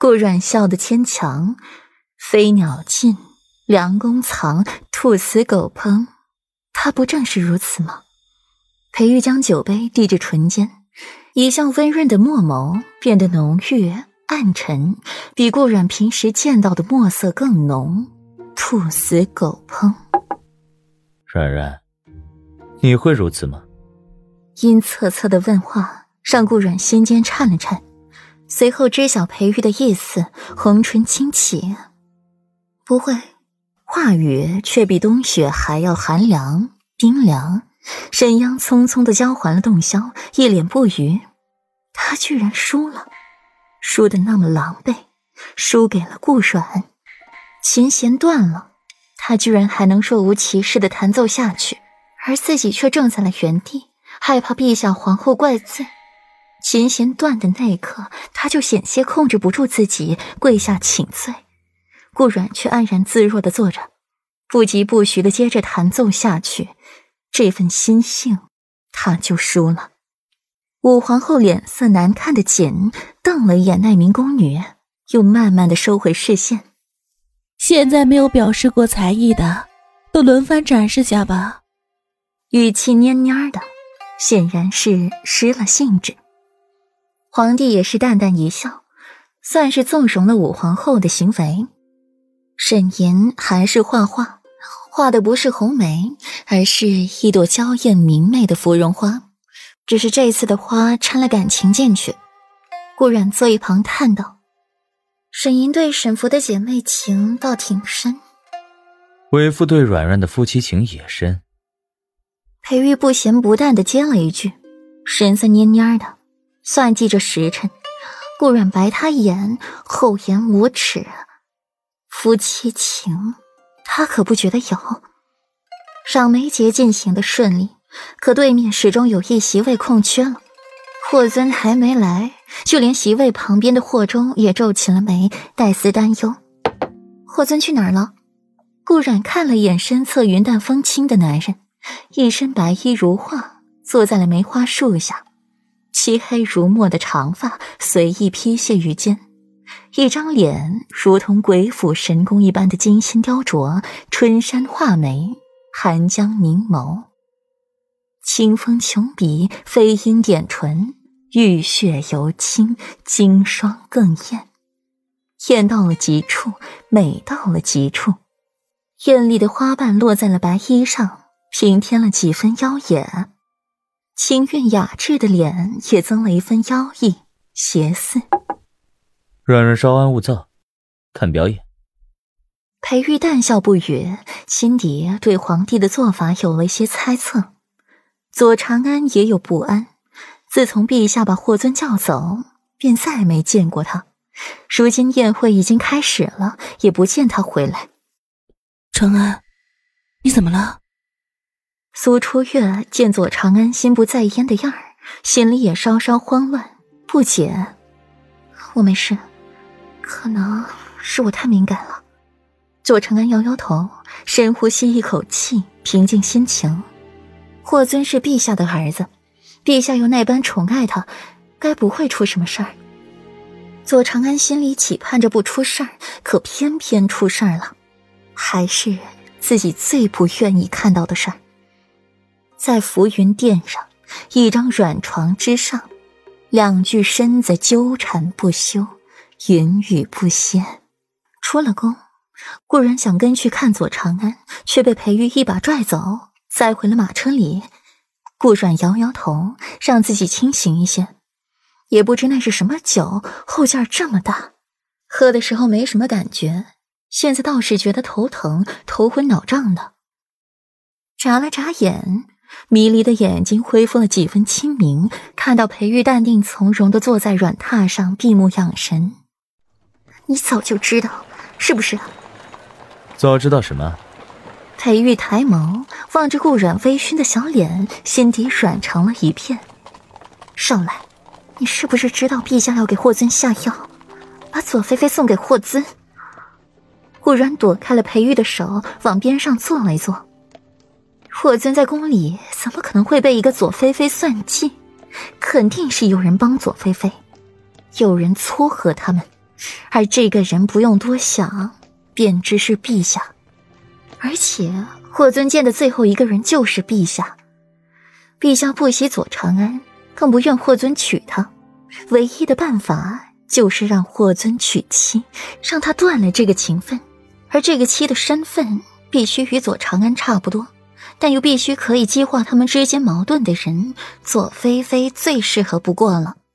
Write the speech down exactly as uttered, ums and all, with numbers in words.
顾阮笑得牵强，飞鸟尽，良弓藏，兔死狗烹，他不正是如此吗？裴玉将酒杯递至唇间，一向温润的墨眸变得浓郁暗沉，比顾阮平时见到的墨色更浓。兔死狗烹。 阮阮，你会如此吗？ 阴恻恻的问话让顾阮心间颤了颤，随后知晓裴玉的意思，红唇轻启。不会，话语却比冬雪还要寒凉冰凉。沈央匆匆地交还了洞箫，一脸不愉。他居然输了，输得那么狼狈，输给了顾阮。琴弦断了，他居然还能若无其事地弹奏下去，而自己却怔在了原地，害怕陛下皇后怪罪。琴弦断的那一刻，他就险些控制不住自己，跪下请罪。顾阮却安然自若地坐着，不疾不徐地接着弹奏下去。这份心性，他就输了。武皇后脸色难看的紧，瞪了一眼那名宫女，又慢慢地收回视线。 现在没有表示过才艺的，都轮番展示下吧。 语气蔫蔫的，显然是失了兴致。皇帝也是淡淡一笑，算是纵容了武皇后的行为。沈吟还是画画，画的不是红梅，而是一朵娇艳明媚的芙蓉花，只是这次的花掺了感情进去。顾阮坐一旁叹道：沈吟对沈福的姐妹情倒挺深。 为父对阮阮的夫妻情也深。 裴玉不咸不淡地接了一句，神色蔫蔫的，算计着时辰。顾阮白他一眼，厚颜无耻。夫妻情他可不觉得有。赏梅节进行的顺利，可对面始终有一席位空缺了。霍尊还没来，就连席位旁边的霍州也皱起了眉，带丝担忧。霍尊去哪儿了？顾阮看了眼身侧云淡风轻的男人，一身白衣如画，坐在了梅花树下，漆黑如墨的长发随意披卸于肩，一张脸如同鬼斧神工一般的精心雕琢，春山画眉，寒江凝眸，清风琼鼻，飞鹰点唇，玉血尤清，金霜更艳。艳到了极处，美到了极处。艳丽的花瓣落在了白衣上，平添了几分妖冶。清韵雅致的脸也增了一分妖异邪肆。 阮阮稍安勿躁，看表演。 裴玉淡笑不语，心底对皇帝的做法有了一些猜测。左长安也有不安，自从陛下把霍尊叫走，便再没见过他。如今宴会已经开始了，也不见他回来。 长安，你怎么了？ 苏初月见左长安心不在焉的样儿，心里也稍稍慌乱不解。我没事，可能是我太敏感了。左长安摇摇头，深呼吸一口气，平静心情。霍尊是陛下的儿子，陛下又那般宠爱他，该不会出什么事儿。左长安心里期盼着不出事儿，可偏偏出事儿了，还是自己最不愿意看到的事儿。在浮云殿上，一张软床之上，两具身子纠缠不休，云雨不歇。出了宫，顾然想跟去看左长安，却被裴玉一把拽走，塞回了马车里。顾阮摇摇头，让自己清醒一些。也不知那是什么酒，后劲儿这么大。喝的时候没什么感觉，现在倒是觉得头疼，头昏脑胀的。眨了眨眼，迷离的眼睛恢复了几分清明，看到裴玉淡定从容地坐在软榻上，闭目养神。你早就知道，是不是？ 早知道什么？ 裴玉抬眸望着顾阮微醺的小脸，心底软长了一片。少来，你是不是知道陛下要给霍尊下药，把左妃妃送给霍尊？顾阮躲开了裴玉的手，往边上坐了一坐。霍尊在宫里怎么可能会被一个左妃妃算计？肯定是有人帮左妃妃，有人撮合他们。 而这个人不用多想，便知是陛下。而且霍尊见的最后一个人就是陛下。陛下不喜左长安，更不愿霍尊娶她，唯一的办法就是让霍尊娶妻，让他断了这个情分。而这个妻的身份必须与左长安差不多，但又必须可以激化他们之间矛盾的人，左菲菲最适合不过了。